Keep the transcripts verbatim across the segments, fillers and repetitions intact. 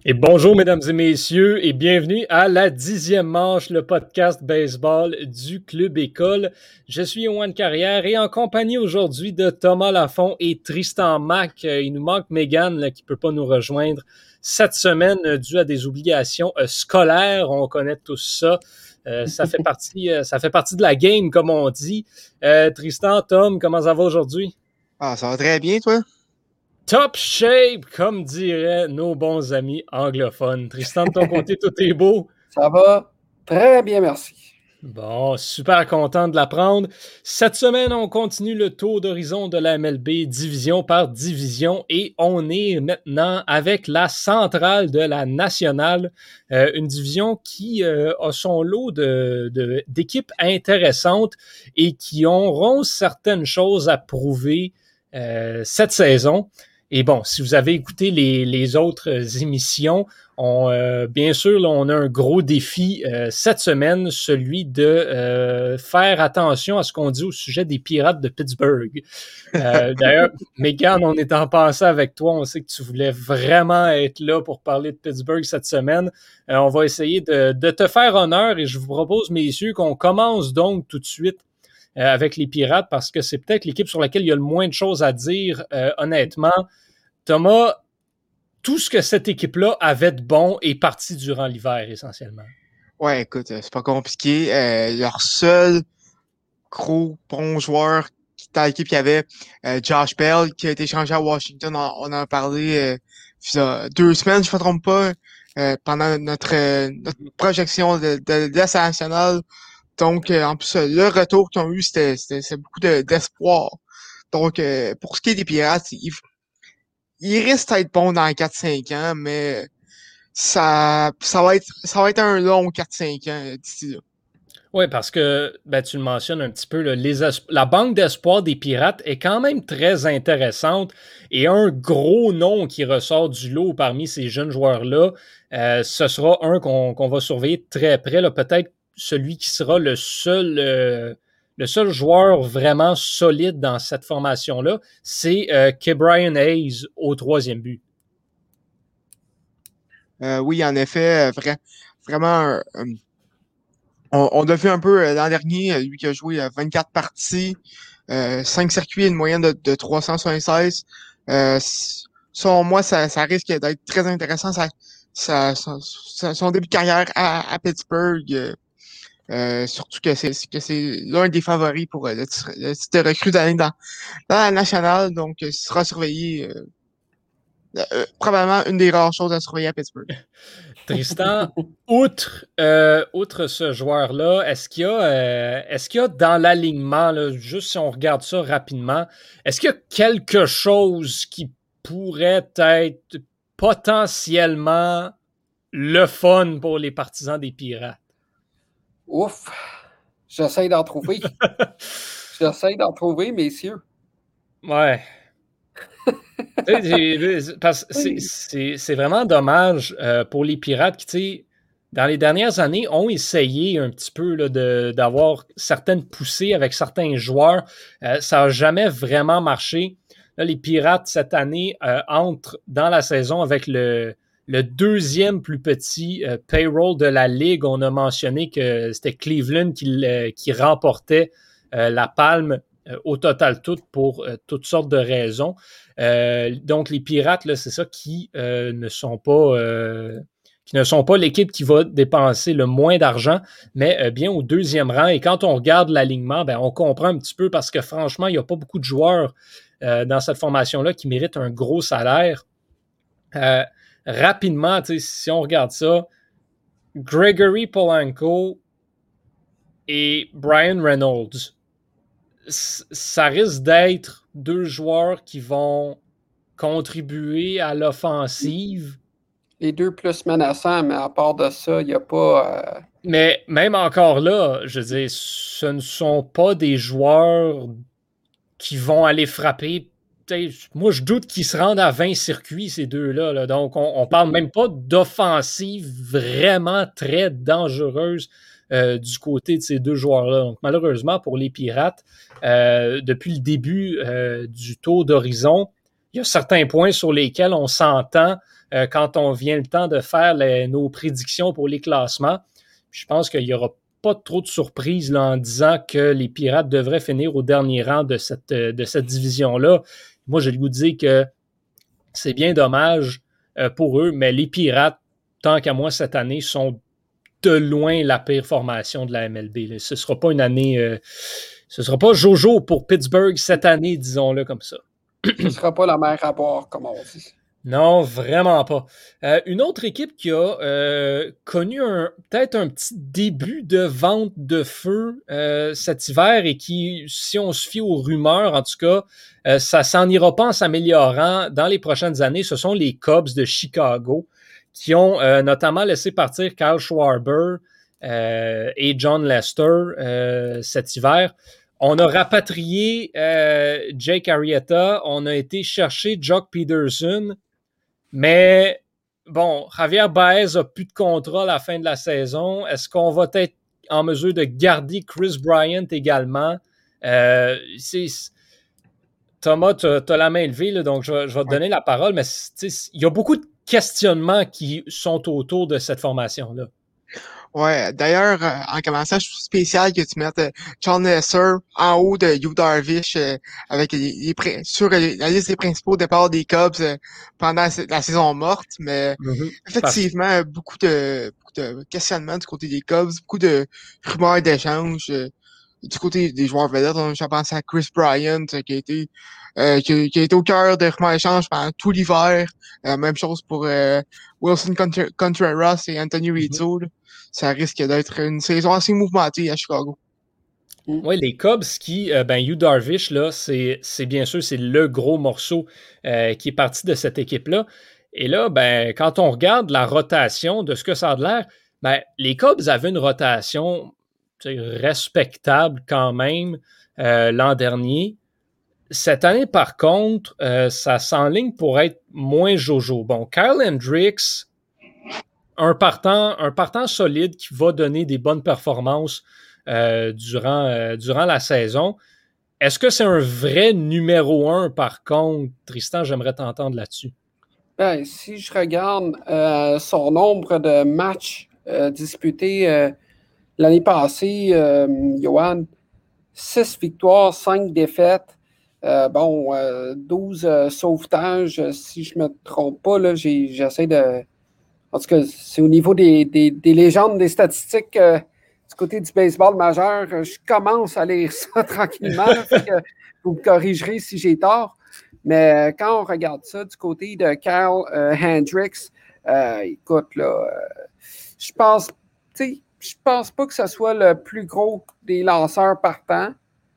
Et bonjour, mesdames et messieurs, et bienvenue à la dixième manche, le podcast baseball du Club École. Je suis Yoann Carrière et en compagnie aujourd'hui de Thomas Lafont et Tristan Mack. Il nous manque Mégane là, qui ne peut pas nous rejoindre cette semaine euh, dû à des obligations euh, scolaires. On connaît tous ça. Euh, ça fait partie, euh, ça fait partie de la game, comme on dit. Euh, Tristan, Tom, comment ça va aujourd'hui? Ah, ça va très bien, toi? Top shape, comme diraient nos bons amis anglophones. Tristan, de ton côté, tout est beau? Ça va très bien, merci. Bon, super content de l'apprendre. Cette semaine, on continue le tour d'horizon de la M L B division par division et on est maintenant avec la centrale de la nationale, euh, une division qui euh, a son lot de, de, d'équipes intéressantes et qui auront certaines choses à prouver euh, cette saison. Et bon, si vous avez écouté les, les autres émissions, on, euh, bien sûr, là, on a un gros défi euh, cette semaine, celui de euh, faire attention à ce qu'on dit au sujet des Pirates de Pittsburgh. Euh, d'ailleurs, Mégane, on est en passant avec toi. On sait que tu voulais vraiment être là pour parler de Pittsburgh cette semaine. Euh, on va essayer de, de te faire honneur et je vous propose, messieurs, qu'on commence donc tout de suite euh, avec les Pirates parce que c'est peut-être l'équipe sur laquelle il y a le moins de choses à dire, euh, honnêtement. Thomas, tout ce que cette équipe-là avait de bon est parti durant l'hiver, essentiellement. Ouais, écoute, c'est pas compliqué. Euh, leur seul gros bon joueur dans l'équipe, il y avait euh, Josh Bell qui a été échangé à Washington. On, on en a parlé euh, il y a deux semaines, je ne me trompe pas, euh, pendant notre, euh, notre projection de, de, de la nationale. Donc, euh, en plus, le retour qu'ils ont eu, c'était, c'était, c'était beaucoup de, d'espoir. Donc, euh, pour ce qui est des Pirates, ils, ils risquent d'être bons dans quatre cinq ans, mais ça, ça va être, ça va être un long quatre cinq ans d'ici là. Oui, parce que ben, tu le mentionnes un petit peu, là, les la banque d'espoir des Pirates est quand même très intéressante et un gros nom qui ressort du lot parmi ces jeunes joueurs-là, euh, ce sera un qu'on qu'on va surveiller très près, là, peut-être celui qui sera le seul, euh, le seul joueur vraiment solide dans cette formation-là, c'est euh, Ke'Bryan Hayes au troisième but. Euh, oui, en effet, vrai, vraiment, euh, on, on l'a vu un peu euh, l'an dernier, lui qui a joué euh, vingt-quatre parties, euh, cinq circuits, une moyenne de, de trois cent soixante-seize. Euh, selon moi, ça, ça risque d'être très intéressant. Ça, ça, son, son début de carrière à, à Pittsburgh, euh, euh, surtout que c'est que c'est l'un des favoris pour euh, le, titre, le titre de recrue d'année dans, dans la nationale, donc euh, il sera surveillé. Euh, euh, probablement une des rares choses à surveiller à Pittsburgh. Tristan, outre, euh, outre ce joueur-là, est-ce qu'il y a, euh, est-ce qu'il y a dans l'alignement, là, juste si on regarde ça rapidement, est-ce qu'il y a quelque chose qui pourrait être potentiellement le fun pour les partisans des Pirates? Ouf, j'essaie d'en trouver. J'essaie d'en trouver, messieurs. Ouais. Parce que c'est, c'est, c'est vraiment dommage euh, pour les Pirates qui, tu sais, dans les dernières années, ont essayé un petit peu là, de, d'avoir certaines poussées avec certains joueurs. Euh, ça n'a jamais vraiment marché. Là, les Pirates, cette année, euh, entrent dans la saison avec le, le deuxième plus petit euh, payroll de la Ligue. On a mentionné que c'était Cleveland qui, qui remportait euh, la palme euh, au total tout pour euh, toutes sortes de raisons. Euh, donc, les Pirates, là, c'est ça qui euh, ne sont pas... Euh, qui ne sont pas l'équipe qui va dépenser le moins d'argent, mais euh, bien au deuxième rang. Et quand on regarde l'alignement, ben, on comprend un petit peu parce que franchement, il n'y a pas beaucoup de joueurs euh, dans cette formation-là qui méritent un gros salaire. Euh, rapidement, si on regarde ça, Gregory Polanco et Brian Reynolds, ça risque d'être deux joueurs qui vont contribuer à l'offensive. Les deux plus menaçants, mais à part de ça, il n'y a pas... Euh... Mais même encore là, je veux dire, ce ne sont pas des joueurs qui vont aller frapper. T'sais, moi, je doute qu'ils se rendent à vingt circuits, ces deux-là. Là. Donc, on ne parle même pas d'offensive vraiment très dangereuse euh, du côté de ces deux joueurs-là. Donc, malheureusement, pour les Pirates, euh, depuis le début euh, du tour d'horizon, il y a certains points sur lesquels on s'entend euh, quand on vient le temps de faire les, nos prédictions pour les classements. Je pense qu'il n'y aura pas trop de surprises là, en disant que les Pirates devraient finir au dernier rang de cette, de cette division-là. Moi, j'ai le goût de dire que c'est bien dommage euh, pour eux, mais les Pirates, tant qu'à moi, cette année, sont de loin la pire formation de la M L B. Là. Ce ne sera pas une année... Euh, ce ne sera pas Jojo pour Pittsburgh cette année, disons-le comme ça. Ce ne sera pas la mer à boire, comme on dit. Non, vraiment pas. Euh, une autre équipe qui a euh, connu un, peut-être un petit début de vente de feu euh, cet hiver et qui, si on se fie aux rumeurs, en tout cas, euh, ça s'en ira pas en s'améliorant dans les prochaines années, ce sont les Cubs de Chicago qui ont euh, notamment laissé partir Kyle Schwarber euh, et John Lester euh, cet hiver. On a rapatrié euh, Jake Arrieta, on a été chercher Jock Peterson, mais bon, Javier Baez a plus de contrat à la fin de la saison. Est-ce qu'on va être en mesure de garder Chris Bryant également? Euh, c'est, Thomas, tu as la main levée, là, donc je, je vais te donner la parole, mais il y a beaucoup de questionnements qui sont autour de cette formation-là. Ouais, d'ailleurs, euh, en commençant, je trouve spécial que tu mettes euh, John Lesser en haut de Yu Darvish euh, avec les, les sur euh, la liste des principaux départs des Cubs euh, pendant la, la saison morte, mais mm-hmm. effectivement, Parce... beaucoup de beaucoup de questionnements du côté des Cubs, beaucoup de rumeurs d'échanges euh, du côté des joueurs vedettes. Je pense à Chris Bryant euh, qui a été euh, qui, qui a été au cœur des rumeurs d'échanges pendant tout l'hiver. Euh, même chose pour euh, Wilson Contreras et Anthony Rizzo. Mm-hmm. Ça risque d'être une saison assez mouvementée à Chicago. Oui, les Cubs qui, euh, ben, Yu Darvish, là, c'est, c'est bien sûr, c'est le gros morceau euh, qui est parti de cette équipe-là. Et là, ben, quand on regarde la rotation de ce que ça a de l'air, ben, les Cubs avaient une rotation respectable quand même euh, l'an dernier. Cette année, par contre, euh, ça s'enligne pour être moins jojo. Bon, Kyle Hendricks, un partant, un partant solide qui va donner des bonnes performances euh, durant, euh, durant la saison. Est-ce que c'est un vrai numéro un, par contre? Tristan, j'aimerais t'entendre là-dessus. Ben, si je regarde euh, son nombre de matchs euh, disputés euh, l'année passée, euh, Johan, six victoires, cinq défaites, euh, bon, euh, douze euh, sauvetages, si je ne me trompe pas, là, j'ai, j'essaie de... En tout cas, c'est au niveau des, des, des légendes, des statistiques euh, du côté du baseball majeur. Je commence à lire ça tranquillement. Là, fait que vous me corrigerez si j'ai tort. Mais euh, quand on regarde ça du côté de Kyle euh, Hendricks, euh, écoute, là, euh, je pense, tu sais, je pense pas que ce soit le plus gros des lanceurs partants,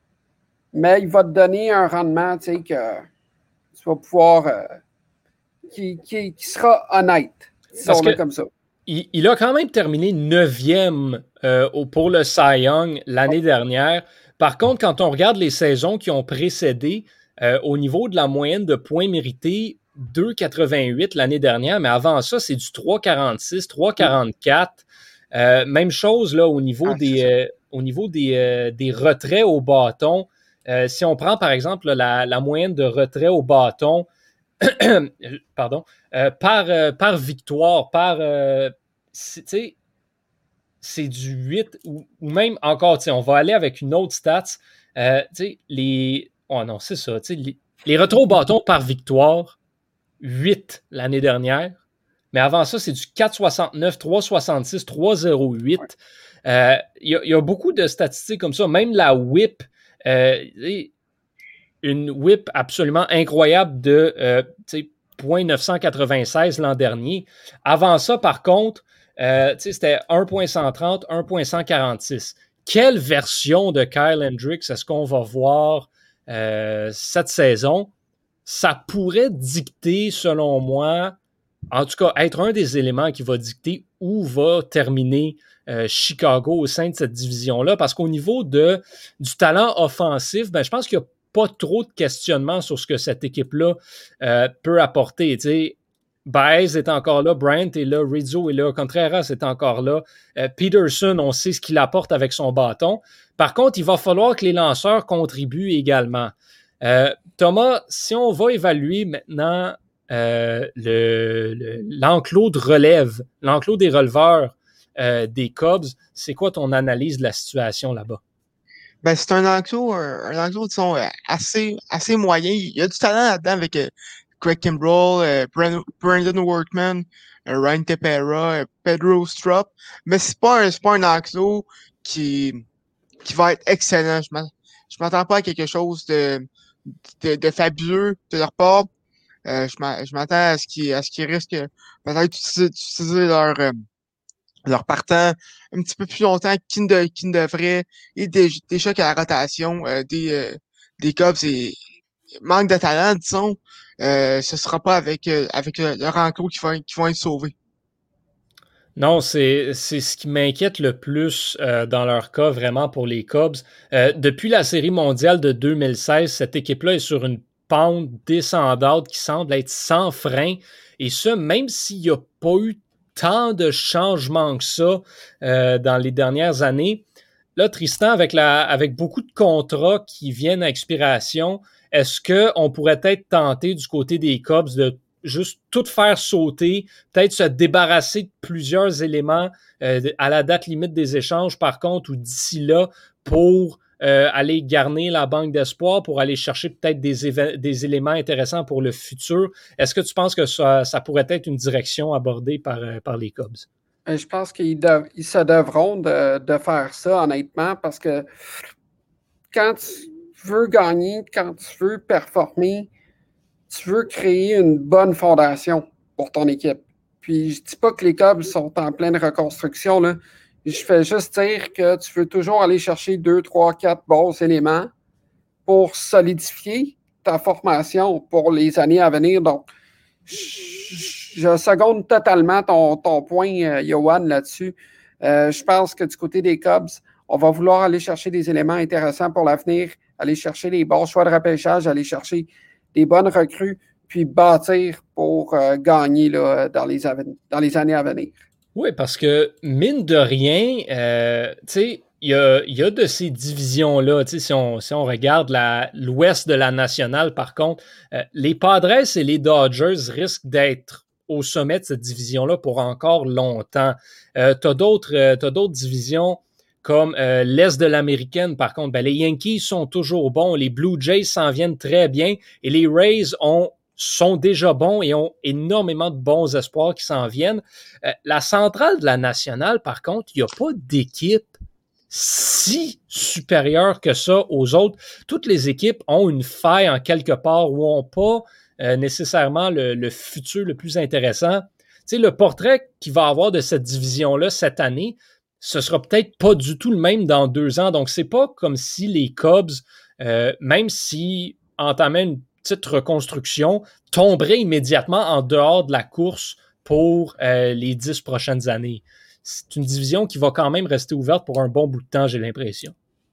mais il va te donner un rendement, tu sais, que tu vas pouvoir, euh, qui, qui, qui sera honnête. Parce que comme ça. Il, il a quand même terminé neuvième euh, pour le Cy Young l'année dernière. Par contre, quand on regarde les saisons qui ont précédé, euh, au niveau de la moyenne de points mérités, deux virgule quatre-vingt-huit l'année dernière, mais avant ça, c'est du trois virgule quarante-six, trois virgule quarante-quatre. Euh, même chose là, au niveau ah, des, euh, au niveau des, euh, des retraits au bâton. Euh, si on prend par exemple la, la moyenne de retraits au bâton, pardon, euh, par, euh, par victoire, par, euh, c'est, c'est du huit, ou, ou même encore, on va aller avec une autre stat, euh, les, oh non, c'est ça, les, les retours au bâton par victoire, huit l'année dernière, mais avant ça, c'est du quatre virgule soixante-neuf, trois virgule soixante-six, trois virgule zéro huit. Il euh, y, y a beaucoup de statistiques comme ça, même la whip, euh, une whip absolument incroyable de euh, point neuf cent quatre-vingt-seize l'an dernier. Avant ça, par contre, euh, c'était un point cent trente, un point cent quarante-six. Quelle version de Kyle Hendricks est-ce qu'on va voir euh, cette saison? Ça pourrait dicter, selon moi, en tout cas, être un des éléments qui va dicter où va terminer euh, Chicago au sein de cette division-là. Parce qu'au niveau de, du talent offensif, ben, je pense qu'il y a pas trop de questionnements sur ce que cette équipe-là euh, peut apporter. Tu sais, Baez est encore là, Bryant est là, Rizzo est là, Contreras est encore là, euh, Peterson, on sait ce qu'il apporte avec son bâton. Par contre, il va falloir que les lanceurs contribuent également. Euh, Thomas, si on va évaluer maintenant euh, le, le, l'enclos de relève, l'enclos des releveurs euh, des Cubs, c'est quoi ton analyse de la situation là-bas? Ben, c'est un enclos, un, un enclos, disons, euh, assez, assez moyen. Il y a du talent là-dedans avec euh, Craig Kimbrell, euh, Brandon, Brandon Workman, euh, Ryan Tepera, euh, Pedro Strop. Mais c'est pas un, c'est pas un enclos qui, qui va être excellent. Je m'attends, je m'attends pas à quelque chose de, de, de fabuleux de leur part. Euh, je m'a- je m'attends à ce qu'ils, à ce qu'ils risquent peut-être d'utiliser d'utiliser leur, euh, leur partant un petit peu plus longtemps qu'ils ne, de- qu'ils ne devraient, et des, des chocs à la rotation, euh, des, euh, des Cubs et manque de talent, disons, euh, ce sera pas avec, euh, avec le, leur enclos qui vont, qui vont être sauvés. Non, c'est, c'est ce qui m'inquiète le plus euh, dans leur cas, vraiment, pour les Cubs. Euh, depuis la Série mondiale de deux mille seize, cette équipe-là est sur une pente descendante qui semble être sans frein. Et ce, même s'il n'y a pas eu tant de changements que ça euh, dans les dernières années. Là, Tristan, avec, la, avec beaucoup de contrats qui viennent à expiration, est-ce qu'on pourrait être tenté du côté des Cubs de juste tout faire sauter, peut-être se débarrasser de plusieurs éléments euh, à la date limite des échanges, par contre, ou d'ici là, pour euh, aller garnir la banque d'espoir, pour aller chercher peut-être des, éve- des éléments intéressants pour le futur? Est-ce que tu penses que ça, ça pourrait être une direction abordée par, euh, par les Cubs? Je pense qu'ils dev- ils se devront de, de faire ça, honnêtement, parce que quand tu veux gagner, quand tu veux performer, tu veux créer une bonne fondation pour ton équipe. Puis je dis pas que les Cubs sont en pleine reconstruction, là. Je fais juste dire que tu veux toujours aller chercher deux, trois, quatre bons éléments pour solidifier ta formation pour les années à venir. Donc, je seconde totalement ton, ton point, euh, Johan, là-dessus. Euh, je pense que du côté des Cubs, on va vouloir aller chercher des éléments intéressants pour l'avenir, aller chercher les bons choix de repêchage, aller chercher des bonnes recrues, puis bâtir pour euh, gagner là, dans, les dans les années à venir. Oui, parce que, mine de rien, euh, tu sais, il y a, y a de ces divisions-là. Tu sais, si on, si on regarde la, l'ouest de la nationale, par contre, euh, les Padres et les Dodgers risquent d'être au sommet de cette division-là pour encore longtemps. Euh, tu as d'autres, euh, t'as d'autres divisions comme euh, l'est de l'américaine, par contre. Ben, les Yankees sont toujours bons, les Blue Jays s'en viennent très bien et les Rays ont sont déjà bons et ont énormément de bons espoirs qui s'en viennent. Euh, la centrale de la nationale, par contre, il n'y a pas d'équipe si supérieure que ça aux autres. Toutes les équipes ont une faille en quelque part ou n'ont pas euh, nécessairement le, le futur le plus intéressant. Tu sais, le portrait qu'il va avoir de cette division-là cette année, ce sera peut-être pas du tout le même dans deux ans. Donc, c'est pas comme si les Cubs, euh, même s'ils entamaient une petite reconstruction, tomberaient immédiatement en dehors de la course pour euh, les dix prochaines années. C'est une division qui va quand même rester ouverte pour un bon bout de temps, j'ai l'impression.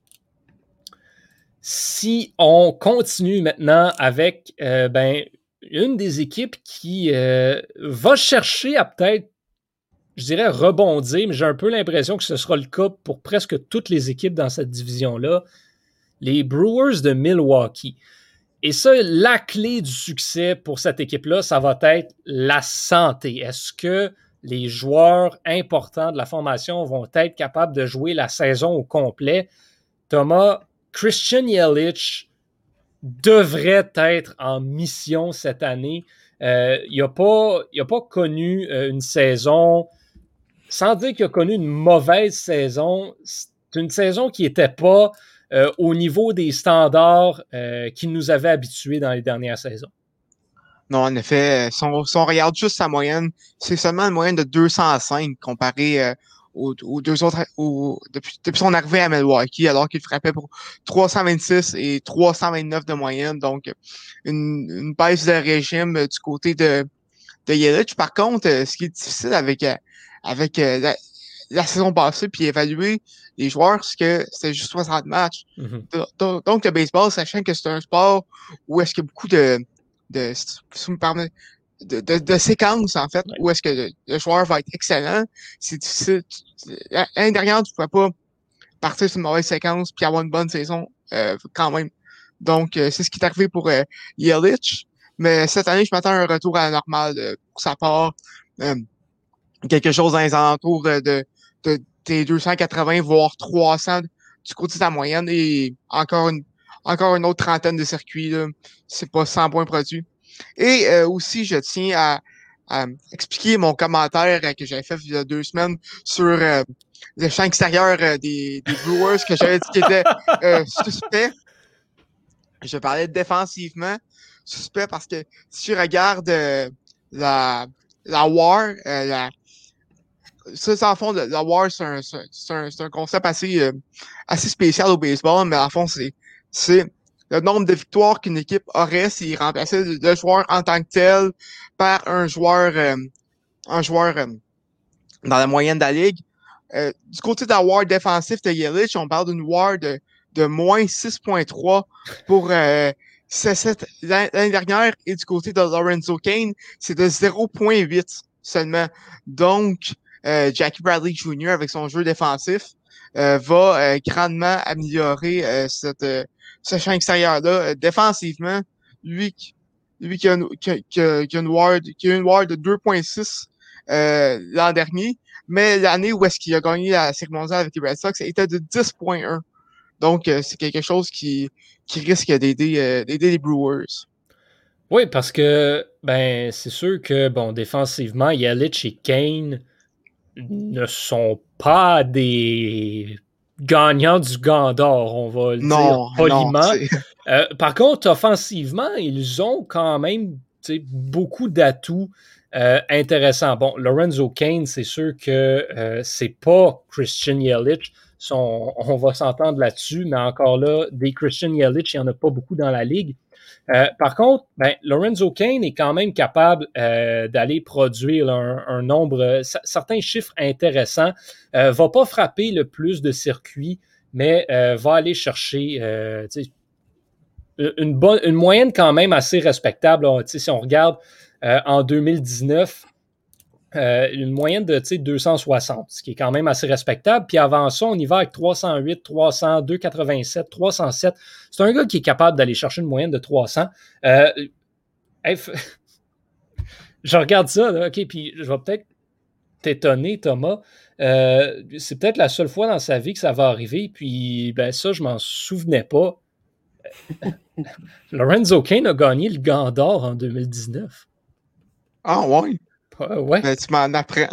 Si on continue maintenant avec euh, ben, une des équipes qui euh, va chercher à peut-être, je dirais, rebondir, mais j'ai un peu l'impression que ce sera le cas pour presque toutes les équipes dans cette division-là, les Brewers de Milwaukee. Et ça, la clé du succès pour cette équipe-là, ça va être la santé. Est-ce que les joueurs importants de la formation vont être capables de jouer la saison au complet? Thomas, Christian Yelich devrait être en mission cette année. Euh, il n'a pas, il a pas connu euh, une saison, sans dire qu'il a connu une mauvaise saison, c'est une saison qui n'était pas Euh, au niveau des standards euh, qui nous avaient habitués dans les dernières saisons. Non, en effet, si on, si on regarde juste sa moyenne, c'est seulement une moyenne de deux cent cinq comparé euh, aux, aux deux autres, aux, depuis, depuis son arrivée à Milwaukee, alors qu'il frappait pour trois cent vingt-six et trois cent vingt-neuf de moyenne. Donc, une, une baisse de régime euh, du côté de, de Yelich. Par contre, euh, ce qui est difficile avec, euh, avec euh, la, la saison passée, puis évaluer les joueurs, c'est que c'était juste soixante matchs. Mm-hmm. Donc, donc, le baseball, sachant que c'est un sport où est-ce qu'il y a beaucoup de, de, si vous me permettez, de, de, de séquences, en fait, Ouais. où est-ce que le, le joueur va être excellent, c'est difficile. L'année dernière, tu ne pouvais pas partir sur une mauvaise séquence puis avoir une bonne saison euh, quand même. Donc, euh, c'est ce qui est arrivé pour euh, Yelich. Mais cette année, je m'attends à un retour à la normale euh, pour sa part. Euh, quelque chose dans les alentours de, de, de des deux cent quatre-vingts, voire trois cents du côté de la moyenne. Et encore une, encore une autre trentaine de circuits. Là. C'est pas cent points produits. Et euh, aussi, je tiens à, à expliquer mon commentaire euh, que j'avais fait il y a deux semaines sur euh, le champ extérieur euh, des, des Brewers que j'avais dit qu'il était euh, suspect. Je parlais défensivement suspect parce que si tu regardes euh, la, la W A R, euh, la, ça, c'est en fond, la W A R, c'est un, c'est un, c'est un concept assez, euh, assez spécial au baseball, mais en fond, c'est, c'est le nombre de victoires qu'une équipe aurait s'il remplaçait le, le joueur en tant que tel par un joueur, euh, un joueur euh, dans la moyenne de la ligue. Euh, du côté de la W A R défensif de Yelich, on parle d'une W A R de, de moins six virgule trois pour euh, cette, l'année dernière, et du côté de Lorenzo Cain, c'est de zéro virgule huit seulement. Donc, euh, Jackie Bradley junior, avec son jeu défensif, euh, va euh, grandement améliorer euh, cette, euh, ce champ extérieur-là. Euh, défensivement, lui, lui qui a une, qui a, qui a, qui a une W A R, qui a une W A R de deux virgule six euh, l'an dernier, mais l'année où est-ce qu'il a gagné la Série mondiale avec les Red Sox, ça était de dix virgule un. Donc, euh, c'est quelque chose qui, qui risque d'aider, euh, d'aider les Brewers. Oui, parce que, ben, c'est sûr que, bon, défensivement, Yelich et Cain ne sont pas des gagnants du Gant d'Or, on va le non, dire poliment. Non, euh, par contre, offensivement, ils ont quand même beaucoup d'atouts euh, intéressants. Bon, Lorenzo Cain, c'est sûr que euh, c'est pas Christian Yelich. On, on va s'entendre là-dessus, mais encore là, des Christian Yelich, il n'y en a pas beaucoup dans la ligue. Euh, par contre, ben, Lorenzo Cain est quand même capable euh, d'aller produire là, un, un nombre, euh, certains chiffres intéressants. Euh, va pas frapper le plus de circuits, mais euh, va aller chercher euh, une, bonne, une moyenne quand même assez respectable. Là, si on regarde euh, en deux mille dix-neuf, Euh, une moyenne de deux cent soixante, ce qui est quand même assez respectable. Puis avant ça, on y va avec trois cent huit, trois cents, deux cent quatre-vingt-sept, trois cent sept. C'est un gars qui est capable d'aller chercher une moyenne de trois cents. Euh, hey, je regarde ça, là, OK, puis je vais peut-être t'étonner, Thomas. Euh, c'est peut-être la seule fois dans sa vie que ça va arriver, puis ben ça, je m'en souvenais pas. Lorenzo Cain a gagné le Gant d'Or en deux mille dix-neuf. Ah ouais? Euh, ouais. Ben, tu m'en apprends.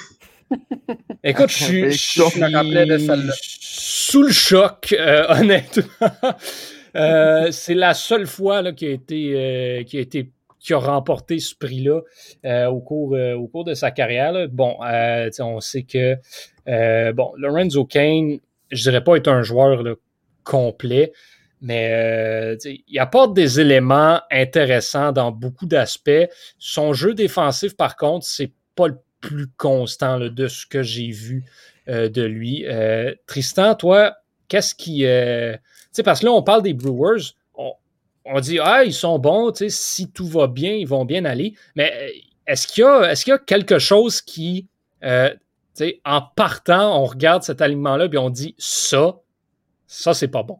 Écoute, je suis, je suis sous le choc, euh, honnêtement. euh, c'est la seule fois là, qui a été, euh, qui a été, qui a remporté ce prix-là euh, au cours, euh, au cours de sa carrière. Là. Bon, euh, on sait que euh, bon, Lorenzo Cain, je dirais pas être un joueur là, complet, mais euh, il apporte des éléments intéressants dans beaucoup d'aspects. Son jeu défensif, par contre, c'est pas le plus constant là, de ce que j'ai vu euh, de lui. Euh, Tristan, toi, qu'est-ce qui... Euh, tu sais, parce que là, on parle des Brewers, on, on dit, ah, ils sont bons, tu sais, si tout va bien, ils vont bien aller. Mais est-ce qu'il y a, est-ce qu'il y a quelque chose qui, euh, tu sais, en partant, on regarde cet alignement-là, puis on dit, ça, ça, c'est pas bon.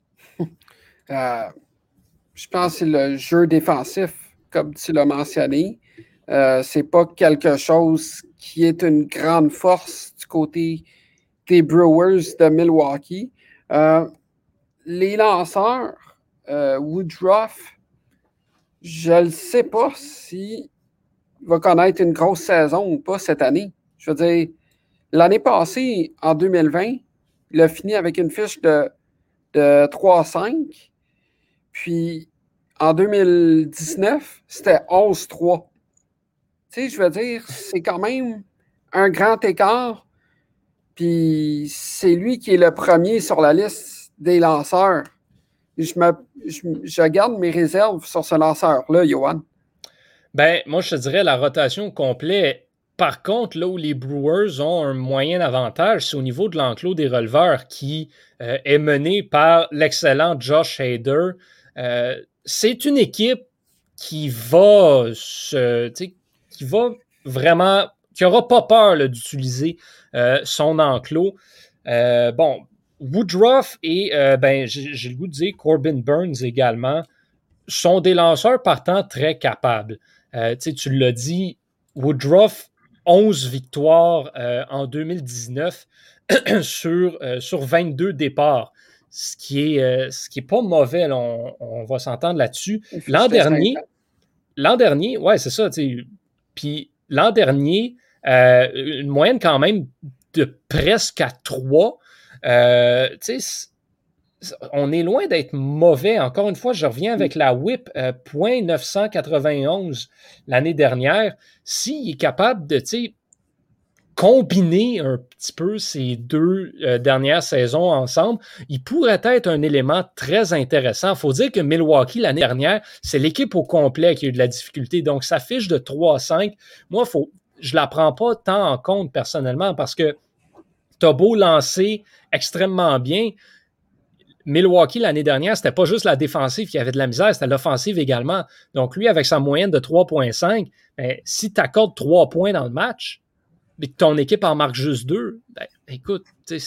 Euh, je pense que c'est le jeu défensif, comme tu l'as mentionné. Euh, c'est pas quelque chose qui est une grande force du côté des Brewers de Milwaukee. Euh, les lanceurs, euh, Woodruff, je ne sais pas s'il va connaître une grosse saison ou pas cette année. Je veux dire, l'année passée, en deux mille vingt, il a fini avec une fiche de, de trois cinq. Puis, en deux mille dix-neuf, c'était onze trois. Tu sais, je veux dire, c'est quand même un grand écart. Puis, c'est lui qui est le premier sur la liste des lanceurs. Je, me, je, je garde mes réserves sur ce lanceur-là, Yoann. Ben, moi, je te dirais la rotation complète. Par contre, là où les Brewers ont un moyen avantage, c'est au niveau de l'enclos des releveurs qui euh, est mené par l'excellent Josh Hader. Euh, c'est une équipe qui va se, qui va vraiment, qui n'aura pas peur là, d'utiliser euh, son enclos. Euh, bon, Woodruff et, euh, ben, j'ai, j'ai le goût de dire Corbin Burns également, sont des lanceurs partants très capables. Euh, tu l'as dit, Woodruff, onze victoires euh, en deux mille dix-neuf sur, euh, sur vingt-deux départs, ce qui est, euh, ce qui est pas mauvais, là, on, on va s'entendre là-dessus. L'an dernier, l'an dernier, ouais, c'est ça, tu sais, puis l'an dernier, euh, une moyenne quand même de presque à trois, euh, tu sais, on est loin d'être mauvais. Encore une fois, je reviens avec la whip, euh, point neuf cent quatre-vingt-onze l'année dernière. S'il est capable de, tu sais, combiner un petit peu ces deux euh, dernières saisons ensemble, il pourrait être un élément très intéressant. Il faut dire que Milwaukee, l'année dernière, c'est l'équipe au complet qui a eu de la difficulté. Donc, sa fiche de trois à cinq, moi, faut, je ne la prends pas tant en compte personnellement parce que tu as beau lancer extrêmement bien, Milwaukee, l'année dernière, c'était pas juste la défensive qui avait de la misère, c'était l'offensive également. Donc, lui, avec sa moyenne de trois virgule cinq, ben, si tu accordes trois points dans le match, mais que ton équipe en marque juste deux, ben, écoute,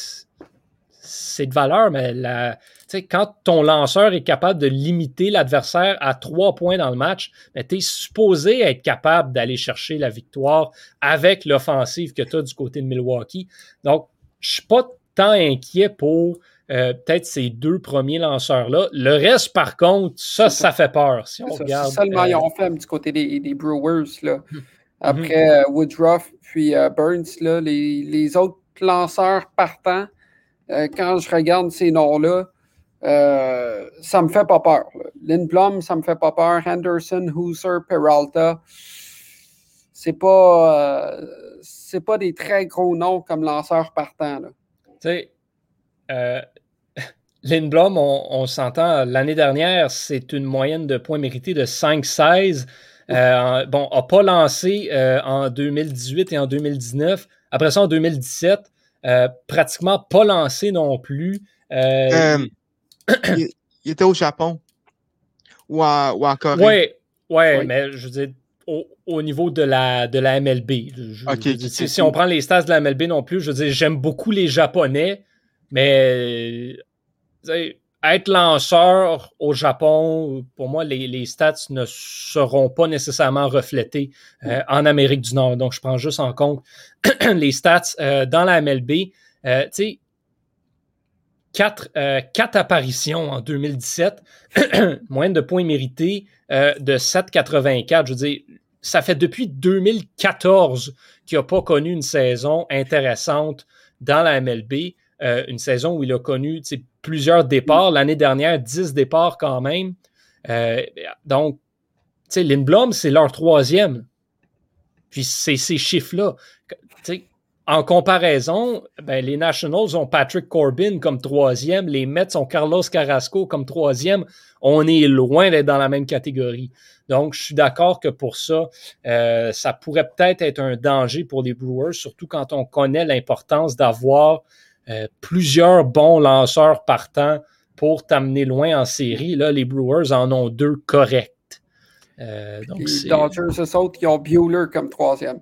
c'est de valeur, mais la, quand ton lanceur est capable de limiter l'adversaire à trois points dans le match, ben, tu es supposé être capable d'aller chercher la victoire avec l'offensive que tu as du côté de Milwaukee. Donc, je ne suis pas tant inquiet pour Euh, peut-être ces deux premiers lanceurs-là. Le reste, par contre, ça, ça fait peur. Si on ça, regarde, si seulement euh... ils ont fait du côté des, des Brewers, là. Après mm-hmm. euh, Woodruff puis euh, Burns, là, les, les autres lanceurs partants, euh, quand je regarde ces noms-là, euh, ça me fait pas peur. Là. Lindblom, ça me fait pas peur. Henderson, Husser, Peralta, c'est pas, euh, c'est pas des très gros noms comme lanceurs partants. Tu sais, euh, Lindblom, on, on s'entend, l'année dernière, c'est une moyenne de points mérités de cinq seize. Euh, bon, n'a pas lancé euh, en deux mille dix-huit et en deux mille dix-neuf. Après ça, en deux mille dix-sept, euh, pratiquement pas lancé non plus. Euh, euh, il... il était au Japon ou en, ou en Corée. Oui, ouais, ouais, mais je veux dire, au, au niveau de la, de la M L B. Je, okay, je dire, si, si on prend les stats de la M L B non plus, je veux dire, j'aime beaucoup les Japonais, mais être lanceur au Japon, pour moi, les, les stats ne seront pas nécessairement reflétés euh, en Amérique du Nord. Donc, je prends juste en compte les stats euh, dans la M L B. Euh, tu sais, quatre, euh, quatre apparitions en deux mille dix-sept, moyenne de points mérités euh, de sept virgule quatre-vingt-quatre. Je veux dire, ça fait depuis deux mille quatorze qu'il n'a pas connu une saison intéressante dans la M L B. Euh, une saison où il a connu plusieurs départs. L'année dernière, dix départs quand même. Euh, donc, tu sais, Lindblom, c'est leur troisième. Puis c'est ces chiffres-là. T'sais, en comparaison, ben, les Nationals ont Patrick Corbin comme troisième, les Mets ont Carlos Carrasco comme troisième. On est loin d'être dans la même catégorie. Donc, je suis d'accord que pour ça, euh, ça pourrait peut-être être un danger pour les Brewers, surtout quand on connaît l'importance d'avoir Euh, plusieurs bons lanceurs partants pour t'amener loin en série. Là, les Brewers en ont deux corrects. Euh, donc les c'est... Dodgers, c'est ça, qui ont Buehler comme troisième.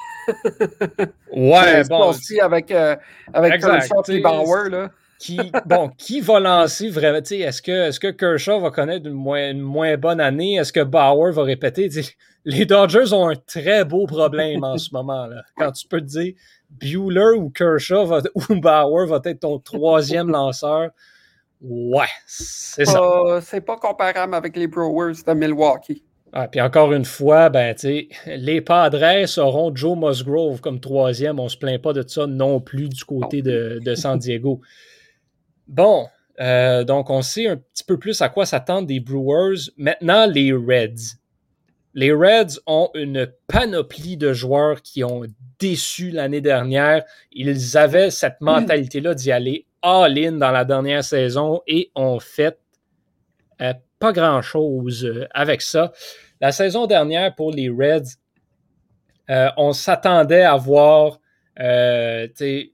Ouais, c'est bon. aussi avec, euh, avec Kershaw et Bauer, là. Qui, bon, qui va lancer vraiment? Est-ce que, est-ce que Kershaw va connaître une moins, une moins bonne année? Est-ce que Bauer va répéter? T'sais, les Dodgers ont un très beau problème en ce moment. Là. Quand tu peux te dire Buehler ou Kershaw va, ou Bauer va être ton troisième lanceur. Ouais, c'est ça. Euh, c'est pas comparable avec les Brewers de Milwaukee. Ah, puis encore une fois, ben, tu sais, les Padres auront Joe Musgrove comme troisième. On se plaint pas de ça non plus du côté de, de San Diego. Bon, euh, donc on sait un petit peu plus à quoi s'attendre des Brewers. Maintenant, les Reds. Les Reds ont une panoplie de joueurs qui ont déçu l'année dernière. Ils avaient cette mentalité-là d'y aller all-in dans la dernière saison et ont fait euh, pas grand-chose avec ça. La saison dernière pour les Reds, euh, on s'attendait à voir euh,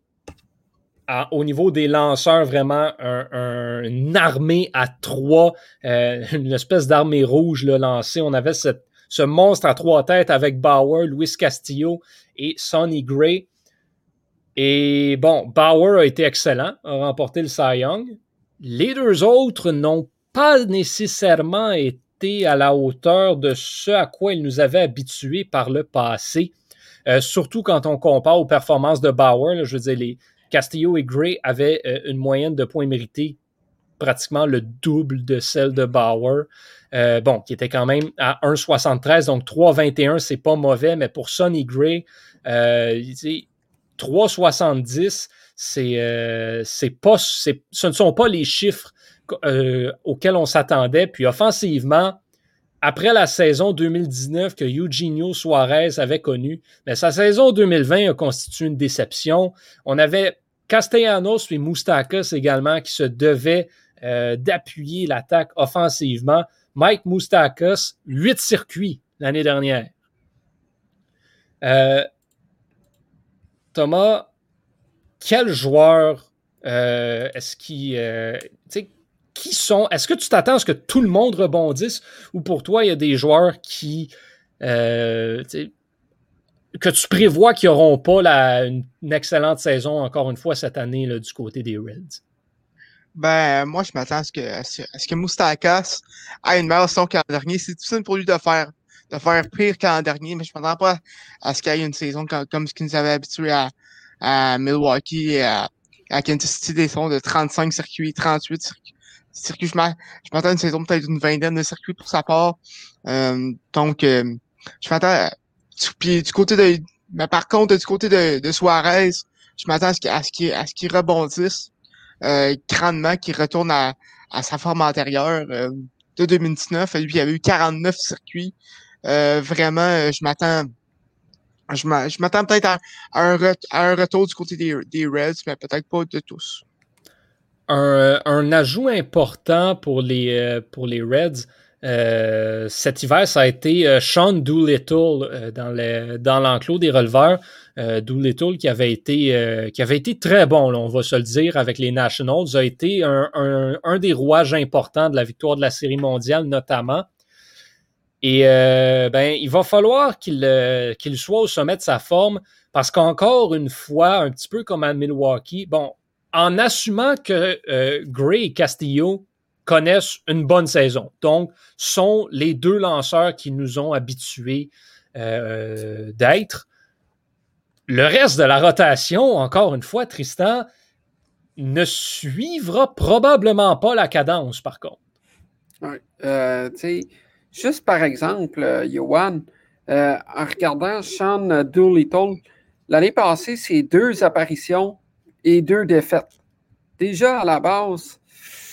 à, au niveau des lanceurs vraiment un, un, une armée à trois, euh, une espèce d'armée rouge là, lancée. On avait cette ce monstre à trois têtes avec Bauer, Luis Castillo et Sonny Gray. Et bon, Bauer a été excellent, a remporté le Cy Young. Les deux autres n'ont pas nécessairement été à la hauteur de ce à quoi ils nous avaient habitués par le passé. Euh, surtout quand on compare aux performances de Bauer. Là, je veux dire, les Castillo et Gray avaient euh, une moyenne de points mérités pratiquement le double de celle de Bauer. Euh, bon, qui était quand même à un virgule soixante-treize, donc trois virgule vingt et un, c'est pas mauvais, mais pour Sonny Gray, euh, trois virgule soixante-dix, c'est, euh, c'est pas, c'est, ce ne sont pas les chiffres euh, auxquels on s'attendait. Puis offensivement, après la saison deux mille dix-neuf que Eugenio Suarez avait connue, mais sa saison deux mille vingt a constitué une déception. On avait Castellanos et Moustakas également qui se devaient euh, d'appuyer l'attaque offensivement. Mike Moustakas, huit circuits l'année dernière. Euh, Thomas, quel joueur euh, est-ce qui... Euh, qui sont... Est-ce que tu t'attends à ce que tout le monde rebondisse ou pour toi, il y a des joueurs qui... Euh, que tu prévois qu'ils n'auront pas la, une, une excellente saison, encore une fois, cette année là, du côté des Reds? Ben, moi, je m'attends à ce que, à ce, à ce que Moustakas ait une meilleure saison qu'an dernier. C'est difficile pour lui de faire, de faire pire qu'an dernier, mais je m'attends pas à ce qu'il y ait une saison comme, comme ce qu'il nous avait habitué à, à Milwaukee et à, à Kansas City, des saisons de trente-cinq circuits, trente-huit circuits. circuits. Je m'attends à une saison peut-être d'une vingtaine de circuits pour sa part. Euh, donc, euh, je m'attends à, puis du côté de, mais par contre, du côté de, de Suarez, je m'attends à ce qu'il, à ce qu'il, à ce qu'il rebondisse. Euh, grandement, qui retourne à, à sa forme antérieure euh, de deux mille dix-neuf. Lui, il y avait eu quarante-neuf circuits. Euh, vraiment, euh, je m'attends je m'attends peut-être à, à, un re, à un retour du côté des, des Reds, mais peut-être pas de tous. Un, un ajout important pour les, pour les Reds, euh, cet hiver, ça a été euh, Sean Doolittle euh, dans, le, dans l'enclos des releveurs. Euh, Doolittle qui avait été euh, qui avait été très bon, là, on va se le dire, avec les Nationals, a été un, un, un des rouages importants de la victoire de la Série mondiale, notamment. Et euh, ben, il va falloir qu'il, euh, qu'il soit au sommet de sa forme, parce qu'encore une fois, un petit peu comme à Milwaukee, bon, en assumant que euh, Gray et Castillo connaissent une bonne saison, donc sont les deux lanceurs qui nous ont habitués euh, d'être. Le reste de la rotation, encore une fois, Tristan, ne suivra probablement pas la cadence, par contre. Oui. Euh, tu sais, juste par exemple, euh, Yoann, euh, en regardant Sean Doolittle, l'année passée, c'est deux apparitions et deux défaites. Déjà, à la base,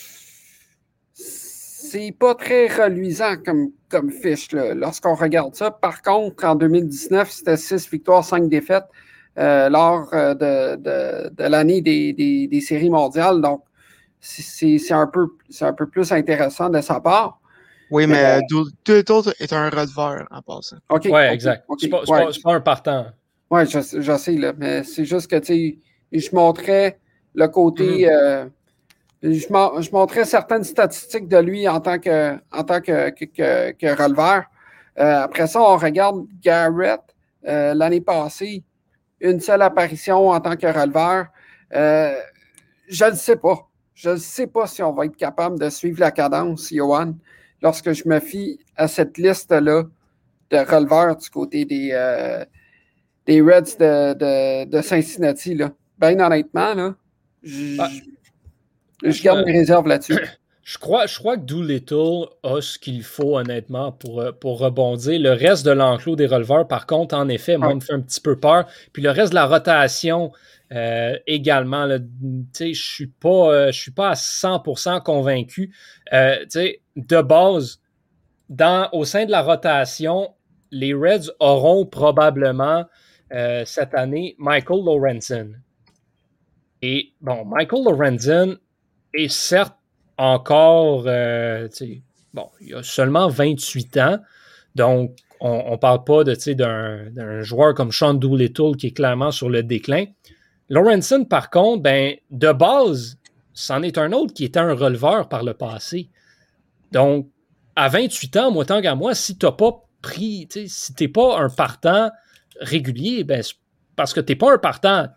c'est pas très reluisant comme, comme fiche là, lorsqu'on regarde ça. Par contre, en deux mille dix-neuf, c'était six victoires, cinq défaites. Euh, lors de, de, de l'année des, des, des séries mondiales. Donc, c'est, c'est, un peu, c'est un peu plus intéressant de sa part. Oui, mais, mais Doolittle est un releveur en passant. Okay, oui, okay, exact. Okay, c'est, pas, c'est, ouais. pas, c'est pas un partant. Oui, je, je sais, là, mais c'est juste que, tu sais, je montrais le côté... Mm-hmm. Euh, je, je montrais certaines statistiques de lui en tant que, en tant que, que, que, que releveur. Euh, après ça, on regarde Garrett euh, l'année passée. Une seule apparition en tant que releveur. Euh, je ne sais pas. Je ne sais pas si on va être capable de suivre la cadence, Yoann, lorsque je me fie à cette liste-là de releveurs du côté des, euh, des Reds de, de, de Cincinnati. Là. Bien honnêtement, là, je, ah, je garde je, mes réserves là-dessus. Je crois, je crois que Doolittle a ce qu'il faut, honnêtement, pour, pour rebondir. Le reste de l'enclos des releveurs, par contre, en effet, moi, ouais. me fait un petit peu peur. Puis le reste de la rotation, euh, également, tu sais, je suis pas, euh, je suis pas à cent pour cent convaincu. Euh, tu sais, de base, dans, au sein de la rotation, les Reds auront probablement, euh, cette année, Michael Lorenzen. Et, bon, Michael Lorenzen est certes encore, euh, bon, il a seulement vingt-huit ans, donc on ne parle pas de, d'un, d'un joueur comme Sean Doolittle qui est clairement sur le déclin. Lorenzen, par contre, ben, de base, c'en est un autre qui était un releveur par le passé. Donc, à vingt-huit ans, moi, tant qu'à moi, si tu n'as pas pris, si tu n'es pas un partant régulier, ben, c'est parce que tu n'es pas un partant.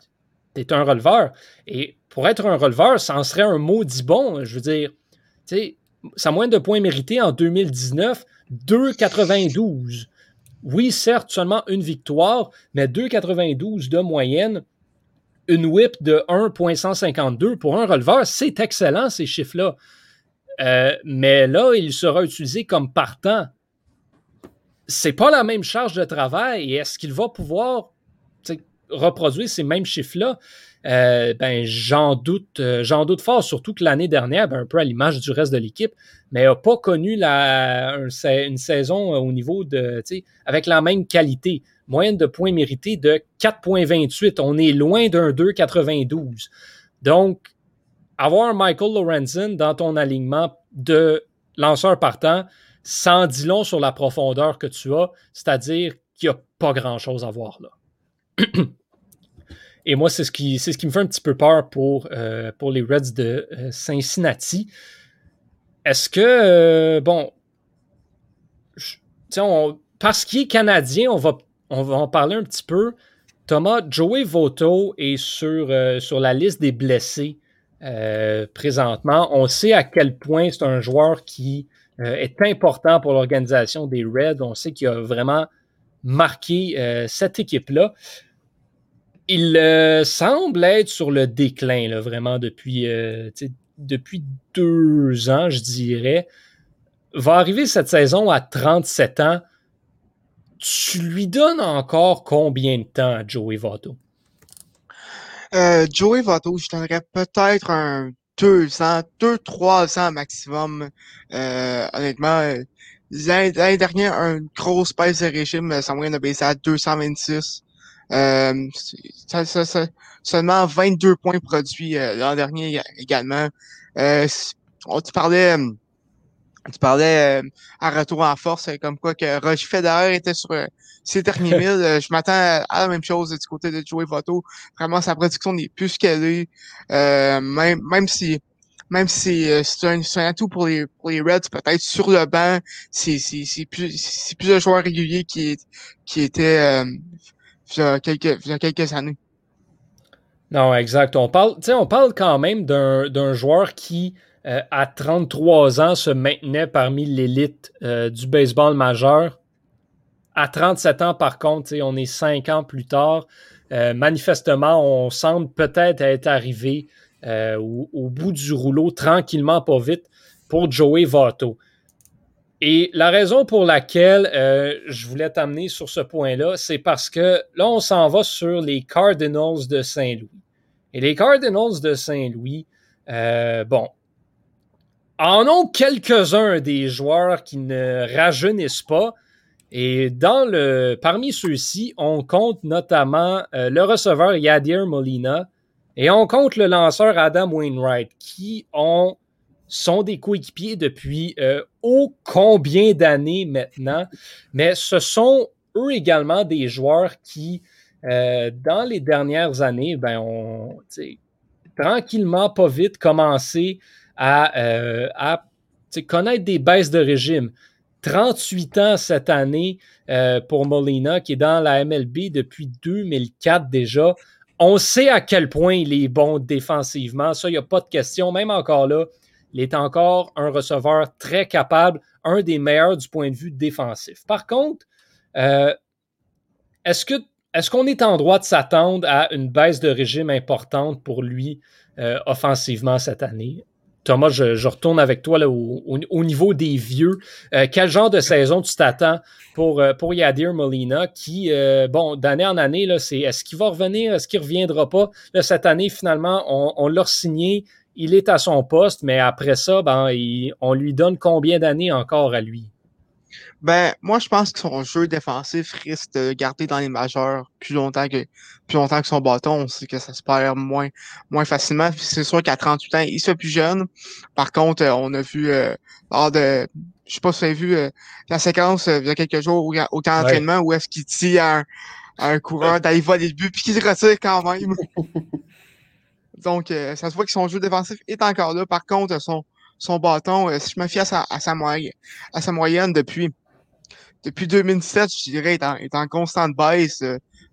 tu es un releveur. Et pour être un releveur, ça en serait un maudit bon. Je veux dire, tu sais, sa moyenne de points mérités en deux mille dix-neuf, deux virgule quatre-vingt-douze. Oui, certes, seulement une victoire, mais deux virgule quatre-vingt-douze de moyenne, une whip de un virgule cent cinquante-deux pour un releveur, c'est excellent ces chiffres-là. Euh, mais là, il sera utilisé comme partant. C'est pas la même charge de travail et est-ce qu'il va pouvoir reproduire ces mêmes chiffres-là? Euh, ben, j'en doute, euh, j'en doute fort, surtout que l'année dernière, ben, un peu à l'image du reste de l'équipe, mais n'a pas connu la, un, une saison au niveau de, avec la même qualité. Moyenne de points mérités de quatre virgule vingt-huit. On est loin d'un deux virgule quatre-vingt-douze. Donc, avoir Michael Lorenzen dans ton alignement de lanceur partant, ça en dit long sur la profondeur que tu as, c'est-à-dire qu'il n'y a pas grand-chose à voir là. Et moi, c'est ce qui, c'est ce qui me fait un petit peu peur pour, euh, pour les Reds de euh, Cincinnati. Est-ce que, euh, bon, je, on, parce qu'il est canadien, on va, on va en parler un petit peu. Thomas, Joey Votto est sur, euh, sur la liste des blessés euh, présentement. On sait à quel point c'est un joueur qui euh, est important pour l'organisation des Reds. On sait qu'il a vraiment marqué euh, cette équipe-là. Il euh, semble être sur le déclin, là, vraiment, depuis, euh, depuis deux ans, je dirais. Va arriver cette saison à trente-sept ans. Tu lui donnes encore combien de temps à Joey Votto? Euh, Joey Votto, je donnerais peut-être un deux ans, deux, trois ans maximum. Euh, honnêtement, euh, l'année, l'année dernière, une grosse baisse de régime, sa moyenne a baissé à deux cent vingt-six. Euh, ça, ça, ça, seulement vingt-deux points produits euh, l'an dernier également. Euh, on te parlait, tu parlais euh, à retour en force, comme quoi que Roger Federer était sur euh, ses derniers mille. Euh, je m'attends à, à la même chose du côté de Joey Votto. Vraiment, sa production n'est plus qu'elle est. Euh, même, même si même si euh, c'est un, c'est un atout pour les pour les Reds, peut-être sur le banc, c'est c'est c'est plus c'est plus un joueur régulier qui est qui était euh, il y a quelques, il y a quelques années. Non, exact. On parle, on parle quand même d'un, d'un joueur qui, euh, à trente-trois ans, se maintenait parmi l'élite euh, du baseball majeur. À trente-sept ans, par contre, on est cinq ans plus tard. Euh, manifestement, on semble peut-être être arrivé euh, au, au bout du rouleau, tranquillement, pas vite, pour Joey Votto. Et la raison pour laquelle euh, je voulais t'amener sur ce point-là, c'est parce que là, on s'en va sur les Cardinals de Saint-Louis. Et les Cardinals de Saint-Louis, euh, bon, en ont quelques-uns des joueurs qui ne rajeunissent pas. Et dans le, parmi ceux-ci, on compte notamment euh, le receveur Yadier Molina et on compte le lanceur Adam Wainwright qui ont sont des coéquipiers depuis euh, ô combien d'années maintenant, mais ce sont eux également des joueurs qui, euh, dans les dernières années, ben, ont tranquillement, pas vite, commencé à, euh, à connaître des baisses de régime. trente-huit ans cette année euh, pour Molina, qui est dans la M L B depuis deux mille quatre déjà. On sait à quel point il est bon défensivement. Ça, il n'y a pas de question. Même encore là, il est encore un receveur très capable, un des meilleurs du point de vue défensif. Par contre, euh, est-ce que est-ce qu'on est en droit de s'attendre à une baisse de régime importante pour lui euh, offensivement cette année? Thomas, je, je retourne avec toi là, au, au, au niveau des vieux. Euh, quel genre de saison tu t'attends pour, pour Yadier Molina qui, euh, bon, d'année en année, là, c'est est-ce qu'il va revenir, est-ce qu'il ne reviendra pas? Là, cette année, finalement, on, on l'a signé. Il est à son poste, mais après ça, ben, il, on lui donne combien d'années encore à lui? Ben, moi, je pense que son jeu défensif risque de garder dans les majeurs plus longtemps que plus longtemps que son bâton. On sait que ça se perd moins moins facilement. C'est sûr qu'à trente-huit ans, il se fait plus jeune. Par contre, on a vu euh, lors de je sais pas si vous avez vu euh, la séquence euh, il y a quelques jours au, au camp d'entraînement où est-ce qu'il dit à un, à un coureur d'aller voler le but puis qu'il se retire quand même. Donc, euh, ça se voit que son jeu défensif est encore là. Par contre, son son bâton, euh, si je me fie à sa, à sa moyenne, à sa moyenne depuis Depuis deux mille dix-sept, je dirais, est en, est en constante baisse. Euh,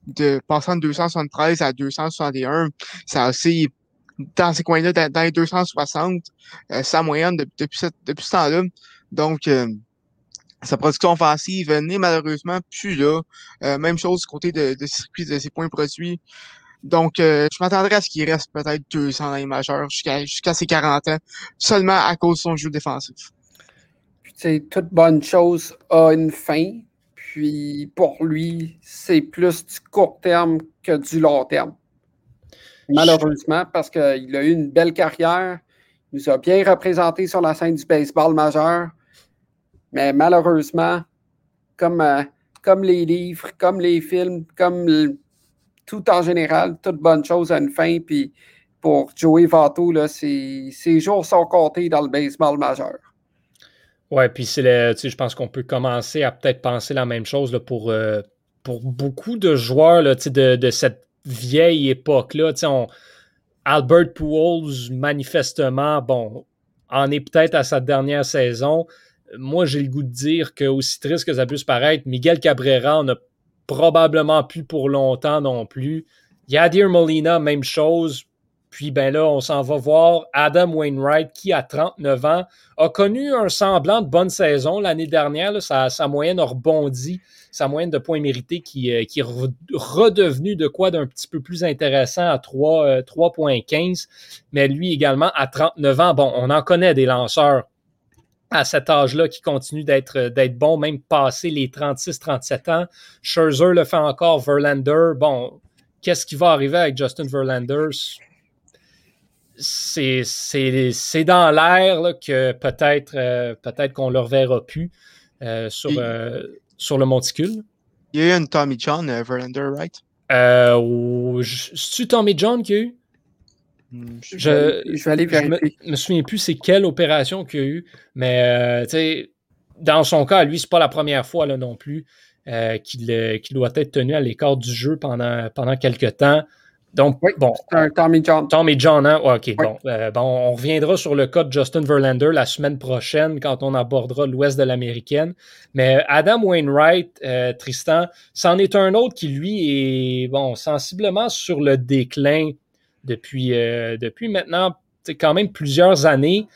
de passant de deux cent soixante-treize à deux cent soixante et un, c'est assez dans ces coins-là, dans, dans les deux cent soixante, euh, sa moyenne de, depuis, cette, depuis ce temps-là. Donc, euh, sa production offensive n'est malheureusement plus là. Euh, même chose du côté de, de circuit de ses points produits. Donc, euh, je m'attendrais à ce qu'il reste peut-être deux ans dans les majeurs jusqu'à jusqu'à ses quarante ans, seulement à cause de son jeu défensif. Puis, tu sais, toute bonne chose a une fin. Puis, pour lui, c'est plus du court terme que du long terme. Malheureusement, parce qu'il a eu une belle carrière, il nous a bien représenté sur la scène du baseball majeur, mais malheureusement, comme, euh, comme les livres, comme les films, comme le, tout en général, toute bonne chose a une fin, puis pour Joey Votto, là, ses, ses jours sont comptés dans le baseball majeur. Ouais, puis c'est le, tu sais, je pense qu'on peut commencer à peut-être penser la même chose là, pour, euh, pour beaucoup de joueurs là, tu sais, de, de cette vieille époque-là. Tu sais, on, Albert Pujols, manifestement, bon, en est peut-être à sa dernière saison. Moi, j'ai le goût de dire qu'aussi triste que ça puisse paraître, Miguel Cabrera n'a probablement plus pour longtemps non plus. Yadier Molina, même chose. Puis ben là, on s'en va voir Adam Wainwright, qui à trente-neuf ans a connu un semblant de bonne saison l'année dernière. Là, sa, sa moyenne a rebondi, sa moyenne de points mérités qui, euh, qui est re- redevenue de quoi d'un petit peu plus intéressant à trois virgule quinze. Mais lui également, à trente-neuf ans, bon, on en connaît des lanceurs à cet âge-là qui continue d'être, d'être bon, même passé les trente-six trente-sept ans. Scherzer le fait encore, Verlander. Bon, qu'est-ce qui va arriver avec Justin Verlander? C'est, c'est, c'est dans l'air là, que peut-être, euh, peut-être qu'on ne le reverra plus euh, sur, Et, euh, sur le monticule. Il y a eu une Tommy John, uh, Verlander, right? Euh, c'est-tu Tommy John qu'il y a eu? Je, je, vais aller, je vais aller vérifier. Je me, me souviens plus c'est quelle opération qu'il y a eu, mais euh, tu sais, dans son cas, lui, c'est pas la première fois là, non plus euh, qu'il, euh, qu'il doit être tenu à l'écart du jeu pendant, pendant quelques temps. Donc, oui, bon. C'est un Tommy John. Tommy John, hein? Ouais, OK, oui. bon, euh, bon. On reviendra sur le cas de Justin Verlander la semaine prochaine quand on abordera l'Ouest de l'Américaine. Mais Adam Wainwright, euh, Tristan, c'en est un autre qui, lui, est bon, sensiblement sur le déclin depuis, euh, depuis maintenant quand même plusieurs années.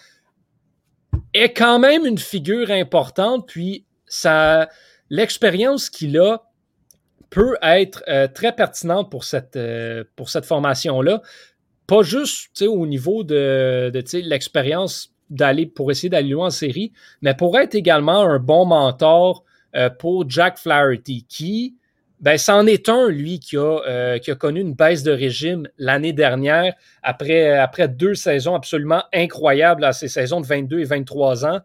Est quand même une figure importante, puis ça, l'expérience qu'il a peut être euh, très pertinente pour cette, euh, pour cette formation-là. Pas juste au niveau de, de l'expérience d'aller pour essayer d'aller loin en série, mais pour être également un bon mentor euh, pour Jack Flaherty, qui, ben, c'en est un, lui, qui a, euh, qui a connu une baisse de régime l'année dernière, après, après deux saisons absolument incroyables, à ses saisons de vingt-deux et vingt-trois ans,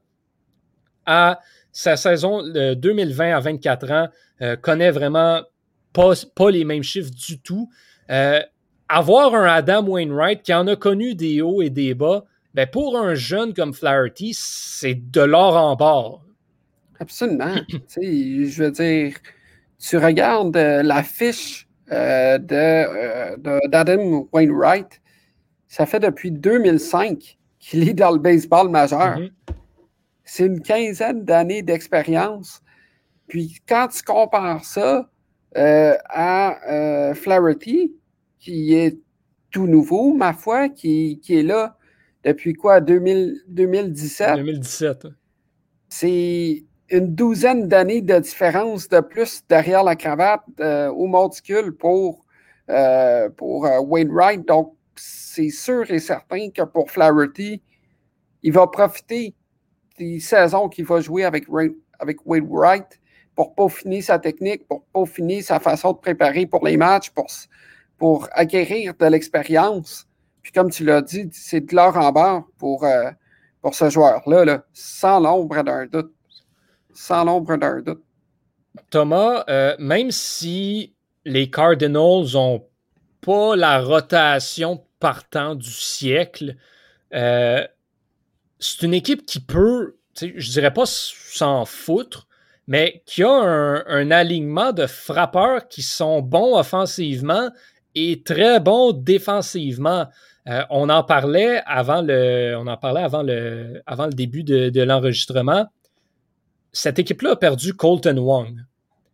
à sa saison de deux mille vingt à vingt-quatre ans, euh, connaît vraiment pas, pas les mêmes chiffres du tout. Euh, avoir un Adam Wainwright qui en a connu des hauts et des bas, ben pour un jeune comme Flaherty, c'est de l'or en barre. Absolument. Je veux dire, tu regardes euh, la fiche euh, de, euh, de, d'Adam Wainwright, ça fait depuis deux mille cinq qu'il est dans le baseball majeur. Mm-hmm. C'est une quinzaine d'années d'expérience. Puis quand tu compares ça euh, à euh, Flaherty, qui est tout nouveau, ma foi, qui, qui est là depuis quoi, deux mille, deux mille dix-sept? deux mille dix-sept. C'est une douzaine d'années de différence de plus derrière la cravate euh, au monticule pour, euh, pour euh, Wainwright. Donc, c'est sûr et certain que pour Flaherty, il va profiter des saisons qu'il va jouer avec, avec Wainwright pour peaufiner sa technique, pour peaufiner sa façon de préparer pour les matchs, pour, pour acquérir de l'expérience. Puis comme tu l'as dit, c'est de l'or en barre pour, euh, pour ce joueur-là, là, sans l'ombre d'un doute. Sans l'ombre d'un doute. Thomas, euh, même si les Cardinals n'ont pas la rotation partant du siècle, euh, c'est une équipe qui peut, je dirais pas s'en foutre, mais qui a un, un alignement de frappeurs qui sont bons offensivement et très bons défensivement. Euh, on en parlait avant le, on en parlait avant le, avant le début de, de l'enregistrement. Cette équipe-là a perdu Colton Wong.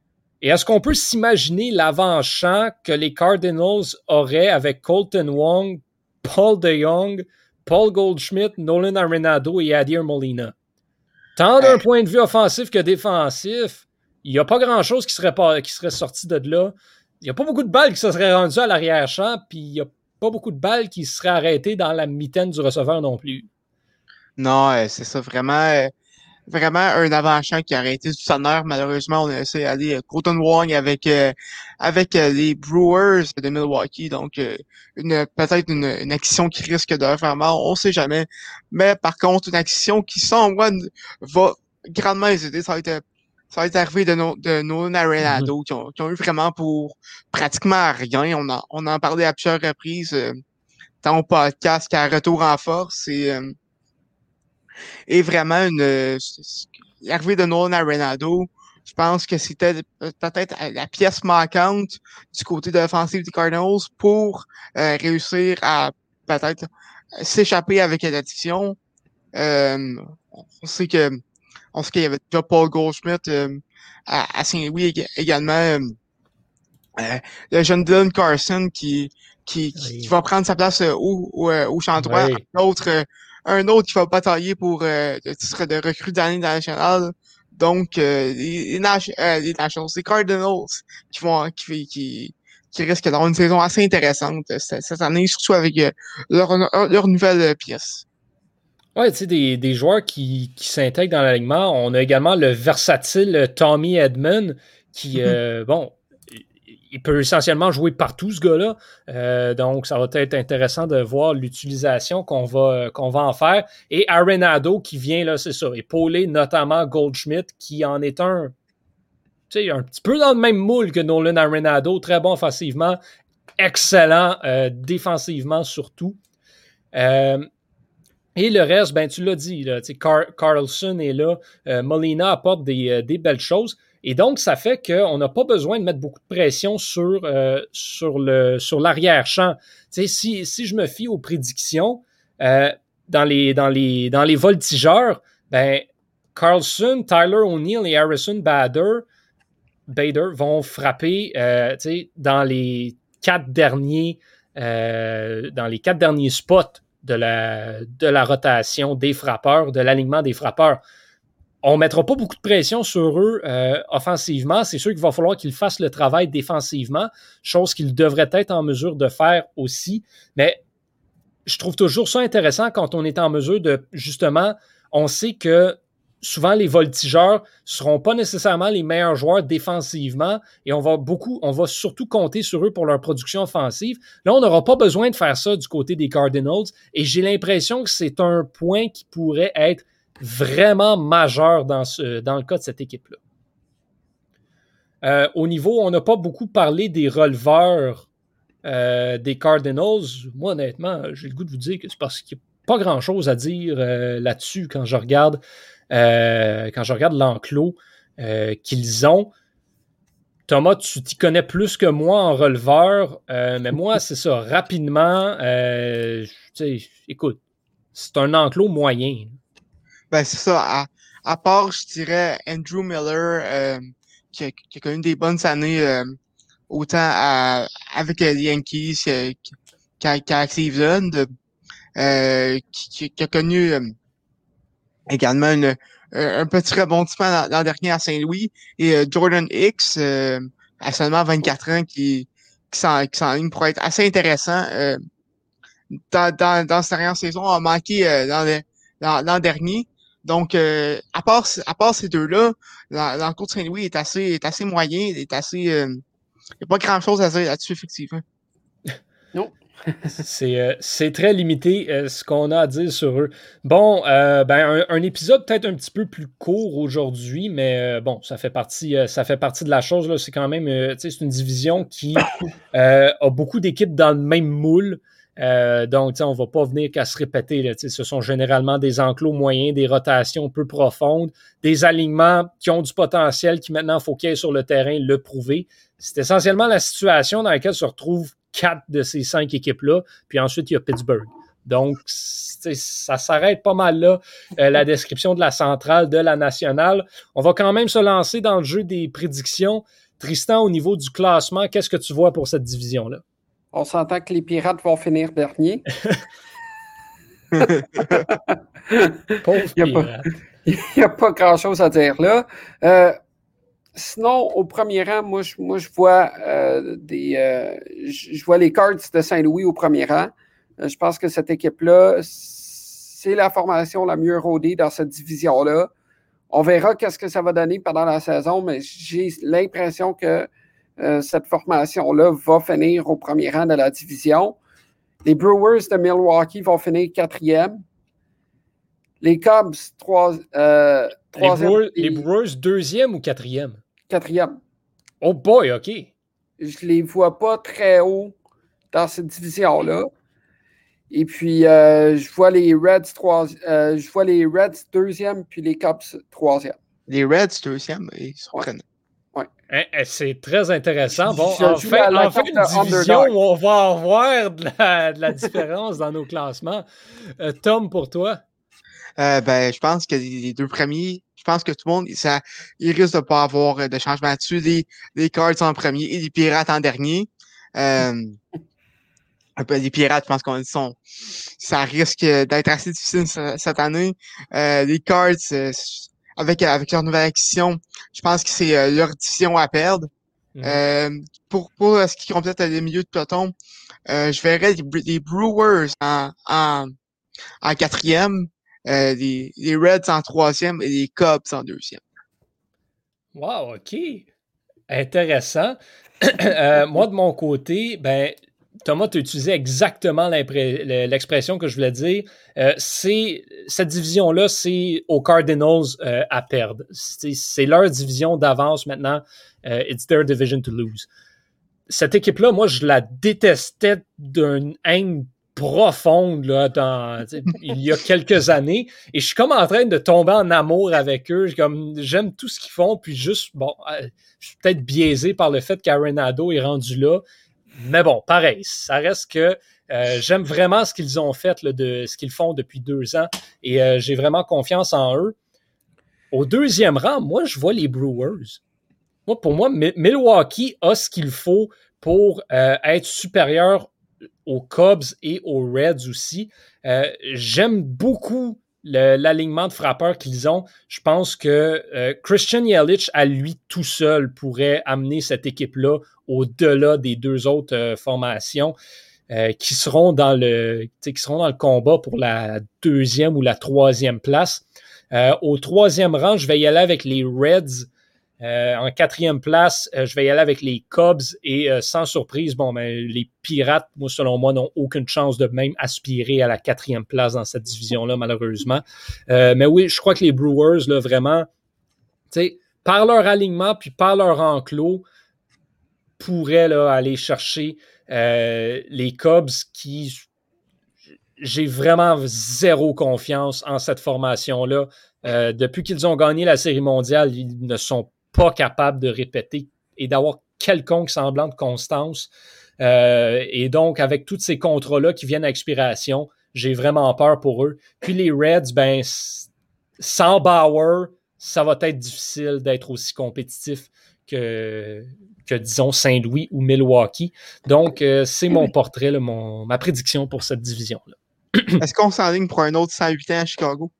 Et est-ce qu'on peut s'imaginer l'avant-champ que les Cardinals auraient avec Colton Wong, Paul DeJong, Paul Goldschmidt, Nolan Arenado et Yadier Molina? Tant d'un point de vue offensif que défensif, il n'y a pas grand-chose qui serait, pas, qui serait sorti de là. Il n'y a pas beaucoup de balles qui se seraient rendues à l'arrière-champ, puis il n'y a pas beaucoup de balles qui seraient arrêtées dans la mitaine du receveur non plus. Non, euh, c'est ça, vraiment, euh, vraiment un avant-champ qui a arrêté du sonneur. Malheureusement, on a essayé d'aller euh, Colton Wong avec euh, avec euh, les Brewers de Milwaukee. Donc, euh, une peut-être une, une action qui risque de faire mal, on sait jamais. Mais par contre, une action qui, sans moi, va grandement hésiter, ça va être ça va être arrivé de, no, de Nolan Arenado, mm-hmm. qui, ont, qui ont eu vraiment pour pratiquement rien. On en, on en parlait à plusieurs reprises, euh, tant au podcast qu'à Retour en force. Et, euh, et vraiment, une l'arrivée de Nolan Arenado, je pense que c'était peut-être la pièce manquante du côté de l'offensive des Cardinals pour euh, réussir à peut-être s'échapper avec l'addition. Euh, on sait que On sait qu'il y avait déjà Paul Goldschmidt euh, à, à Saint-Louis également. Euh, euh, le jeune Dylan Carson qui qui, qui, oui. qui va prendre sa place euh, au, au, au champ droit. Oui. Un autre, euh, un autre qui va batailler pour euh, le titre de recrue d'année nationale. Donc, euh, les, les, euh, les Nationals, les Cardinals qui vont qui, qui, qui risquent d'avoir une saison assez intéressante cette, cette année, surtout avec euh, leur, leur nouvelle pièce. Oui, tu sais, des, des joueurs qui, qui s'intègrent dans l'alignement. On a également le versatile Tommy Edman qui, mm-hmm. euh, bon, il peut essentiellement jouer partout, ce gars-là. Euh, donc, ça va être intéressant de voir l'utilisation qu'on va, qu'on va en faire. Et Arenado qui vient, là, c'est ça, épauler notamment Goldschmidt qui en est un, tu sais, un petit peu dans le même moule que Nolan Arenado. Très bon offensivement, excellent euh, défensivement surtout. Euh, Et le reste, ben tu l'as dit, là, Car- Carlson est là, euh, Molina apporte des, euh, des belles choses. Et donc, ça fait qu'on n'a pas besoin de mettre beaucoup de pression sur, euh, sur, le, sur l'arrière-champ. Si, si je me fie aux prédictions, euh, dans, les, dans, les, dans les voltigeurs, ben, Carlson, Tyler O'Neill et Harrison Bader, Bader vont frapper euh, dans les quatre derniers euh, dans les quatre derniers spots de la, de la rotation des frappeurs, de l'alignement des frappeurs. On ne mettra pas beaucoup de pression sur eux euh, offensivement. C'est sûr qu'il va falloir qu'ils fassent le travail défensivement, chose qu'ils devraient être en mesure de faire aussi. Mais je trouve toujours ça intéressant quand on est en mesure de, justement, on sait que souvent les voltigeurs ne seront pas nécessairement les meilleurs joueurs défensivement et on va beaucoup, on va surtout compter sur eux pour leur production offensive. Là, on n'aura pas besoin de faire ça du côté des Cardinals et j'ai l'impression que c'est un point qui pourrait être vraiment majeur dans, ce, dans le cas de cette équipe-là. Euh, au niveau, on n'a pas beaucoup parlé des releveurs euh, des Cardinals. Moi, honnêtement, j'ai le goût de vous dire que c'est parce qu'il n'y a pas grand-chose à dire euh, là-dessus quand je regarde Euh, quand je regarde l'enclos euh, qu'ils ont. Thomas, tu t'y connais plus que moi en releveur, euh, mais moi, c'est ça, rapidement, euh, tu sais, écoute, c'est un enclos moyen. Ben, c'est ça. À, à part, je dirais, Andrew Miller, euh, qui, a, qui a connu des bonnes années, euh, autant à, avec les Yankees qu'à, qu'à Cleveland, euh, qui, qui a connu... Euh, également une, un petit rebondissement l'an dernier à Saint-Louis. Et euh, Jordan Hicks, euh, à seulement vingt-quatre ans, qui, qui, s'en, qui s'enligne pour être assez intéressant. Euh, dans, dans, dans cette dernière saison, a manqué euh, dans le, dans, l'an dernier. Donc, euh, à part à part ces deux-là, l'encours de Saint-Louis est assez est assez moyen, est assez... Il euh, n'y a pas grand-chose à dire là-dessus, effectivement. Non. c'est, euh, c'est très limité euh, ce qu'on a à dire sur eux. Bon, euh, ben, un, un épisode peut-être un petit peu plus court aujourd'hui, mais euh, bon, ça fait partie, euh, ça fait partie de la chose. Là. C'est quand même euh, c'est une division qui euh, a beaucoup d'équipes dans le même moule. Euh, donc, on ne va pas venir qu'à se répéter. Là, ce sont généralement des enclos moyens, des rotations peu profondes, des alignements qui ont du potentiel, qui maintenant, il faut qu'ils aient sur le terrain le prouver. C'est essentiellement la situation dans laquelle se retrouvent quatre de ces cinq équipes-là, puis ensuite, il y a Pittsburgh. Donc, ça s'arrête pas mal là, euh, la description de la centrale, de la nationale. On va quand même se lancer dans le jeu des prédictions. Tristan, au niveau du classement, qu'est-ce que tu vois pour cette division-là? On s'entend que les Pirates vont finir dernier. Pauvre Il Pirate. n'y a pas grand-chose à dire là. Euh, sinon, au premier rang, moi, je, moi, je vois euh, des, euh, je vois les Cards de Saint-Louis au premier rang. Euh, je pense que cette équipe-là, c'est la formation la mieux rodée dans cette division-là. On verra qu'est-ce que ça va donner pendant la saison, mais j'ai l'impression que euh, cette formation-là va finir au premier rang de la division. Les Brewers de Milwaukee vont finir quatrième. Les Cubs, trois, euh, troisième. Les Brewers, les Brewers, deuxième ou quatrième? Quatrième. Oh boy, OK. Je les vois pas très haut dans cette division-là. Et puis, euh, je vois les Reds trois, euh, je vois les Reds deuxième, puis les Cubs troisième. Les Reds deuxième, ils sont ouais. Ouais. Hein, c'est très intéressant. Bon, je en fait, la, la en fait une division underdog. Où on va avoir de la, de la différence dans nos classements. Euh, Tom, pour toi? Euh, ben, je pense que les deux premiers, je pense que tout le monde, ça, il risque de pas avoir de changement là-dessus. Les, les Cards en premier et les Pirates en dernier. Euh, les Pirates, je pense qu'on sont, ça risque d'être assez difficile cette année. Euh, les Cards, avec, avec leur nouvelle acquisition, je pense que c'est euh, leur division à perdre. Mm-hmm. Euh, pour, pour ce qui complète le milieu de peloton, euh, je verrais les, les Brewers en, en, en quatrième, euh, les, les Reds en troisième et les Cubs en deuxième. Wow, OK. Intéressant. euh, moi, de mon côté, ben, Thomas, tu as utilisé exactement l'expression que je voulais dire. Euh, c'est, cette division-là, c'est aux Cardinals euh, à perdre. C'est, c'est leur division d'avance maintenant. Uh, it's their division to lose. Cette équipe-là, moi, je la détestais d'une haine profonde là, dans, il y a quelques années. Et je suis comme en train de tomber en amour avec eux. Comme, j'aime tout ce qu'ils font. Puis juste, bon, euh, je suis peut-être biaisé par le fait qu'Arenado est rendu là. Mais bon, pareil, ça reste que euh, j'aime vraiment ce qu'ils ont fait, là, de ce qu'ils font depuis deux ans et euh, j'ai vraiment confiance en eux. Au deuxième rang, moi, je vois les Brewers. Moi, pour moi, M- Milwaukee a ce qu'il faut pour euh, être supérieur aux Cubs et aux Reds aussi. Euh, j'aime beaucoup le, l'alignement de frappeurs qu'ils ont. Je pense que euh, Christian Yelich, à lui tout seul, pourrait amener cette équipe-là au-delà des deux autres euh, formations euh, qui seront dans le qui seront dans le combat pour la deuxième ou la troisième place. Euh, au troisième rang, je vais y aller avec les Reds. Euh, en quatrième place, euh, je vais y aller avec les Cubs et euh, sans surprise, bon, ben, les Pirates, moi, selon moi, n'ont aucune chance de même aspirer à la quatrième place dans cette division-là, malheureusement. Euh, mais oui, je crois que les Brewers, là, vraiment, tu sais, par leur alignement puis par leur enclos, pourraient là, aller chercher euh, les Cubs qui... J'ai vraiment zéro confiance en cette formation-là. Euh, depuis qu'ils ont gagné la Série mondiale, ils ne sont pas capables de répéter et d'avoir quelconque semblant de constance. Euh, et donc, avec tous ces contrats-là qui viennent à expiration, j'ai vraiment peur pour eux. Puis les Reds, ben, sans Bauer, ça va être difficile d'être aussi compétitif que, que disons, Saint-Louis ou Milwaukee. Donc, euh, c'est mon portrait, là, mon, ma prédiction pour cette division-là. Est-ce qu'on s'enligne pour un autre cent huit ans à Chicago?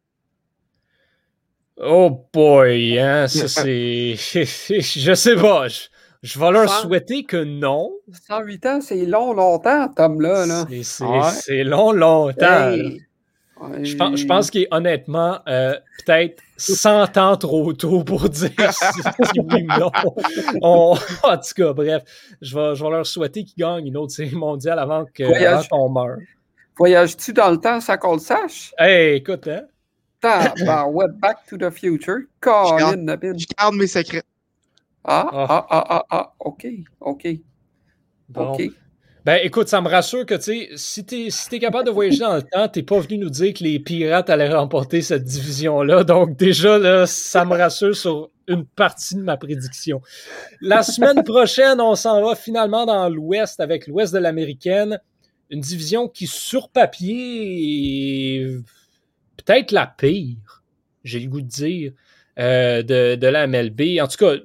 Oh boy, hein, ça c'est... je sais pas, je, je vais leur cent... souhaiter que non. cent huit ans, c'est long, longtemps, Tom, là. là. C'est, c'est, ouais. c'est long, longtemps. Hey. Ouais. Je, pense, je pense qu'il est honnêtement euh, peut-être cent ans trop tôt pour dire si, si oui ou non. On, en tout cas, bref, je vais, je vais leur souhaiter qu'ils gagnent une autre série mondiale avant, que, avant qu'on meure. Voyages-tu dans le temps sans qu'on le sache? Hey, écoute, hein? Ben, what, Back to the Future? Colin Nabin. Je garde mes secrets. Ah, ah, ah, ah, ah, ah. OK, OK. Bon. OK. Ben, écoute, ça me rassure que, tu sais, si t'es si t'es capable de voyager dans le temps, t'es pas venu nous dire que les Pirates allaient remporter cette division-là. Donc, déjà, là, ça me rassure sur une partie de ma prédiction. La semaine prochaine, on s'en va finalement dans l'Ouest avec l'Ouest de l'Américaine. Une division qui, sur papier, est peut-être la pire, j'ai le goût de dire, euh, de, de la M L B. En tout cas,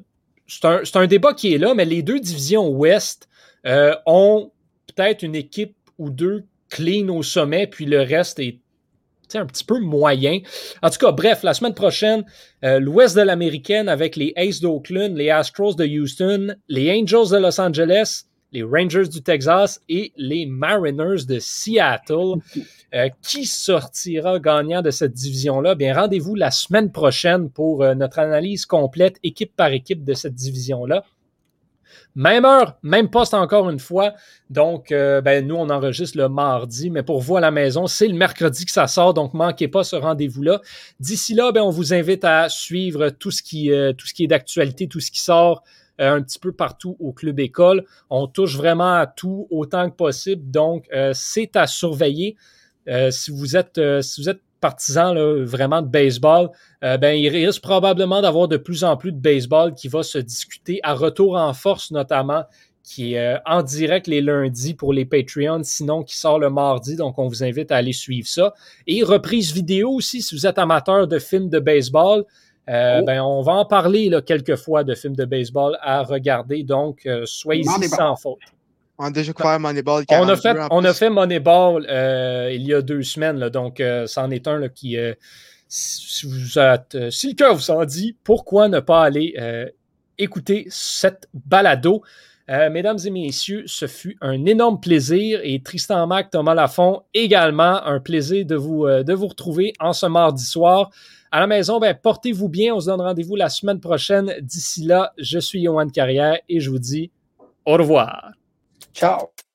c'est un, c'est un débat qui est là, mais les deux divisions Ouest euh, ont peut-être une équipe ou deux clean au sommet, puis le reste est un petit peu moyen. En tout cas, bref, la semaine prochaine, euh, l'Ouest de l'Américaine avec les Aces d'Oakland, les Astros de Houston, les Angels de Los Angeles, les Rangers du Texas et les Mariners de Seattle. Euh, qui sortira gagnant de cette division-là? Bien, rendez-vous la semaine prochaine pour euh, notre analyse complète, équipe par équipe de cette division-là. Même heure, même poste encore une fois. Donc, euh, ben, nous, on enregistre le mardi, mais pour vous à la maison, c'est le mercredi que ça sort, donc manquez pas ce rendez-vous-là. D'ici là, ben, on vous invite à suivre tout ce qui, euh, tout ce qui est d'actualité, tout ce qui sort euh, un petit peu partout au Club École. On touche vraiment à tout autant que possible, donc euh, c'est à surveiller. Euh, si vous êtes, euh, si vous êtes partisan là, vraiment de baseball, euh, ben, il risque probablement d'avoir de plus en plus de baseball qui va se discuter à Retour en force notamment, qui est euh, en direct les lundis pour les Patreons, sinon qui sort le mardi, donc on vous invite à aller suivre ça. Et reprise vidéo aussi, si vous êtes amateur de films de baseball, euh, oh. ben, on va en parler là, quelques fois de films de baseball à regarder, donc euh, soyez-y sans faute. On a déjà couvert Moneyball. On a fait, on a fait Moneyball euh, il y a deux semaines, là, donc euh, c'en est un là, qui, euh, si, vous êtes, euh, si le cœur vous en dit, pourquoi ne pas aller euh, écouter cette balado? Euh, mesdames et messieurs, ce fut un énorme plaisir et Tristan Mac, Thomas Lafont, également un plaisir de vous, euh, de vous retrouver en ce mardi soir. À la maison, ben, portez-vous bien, on se donne rendez-vous la semaine prochaine. D'ici là, je suis Yoann Carrière et je vous dis au revoir. Ciao.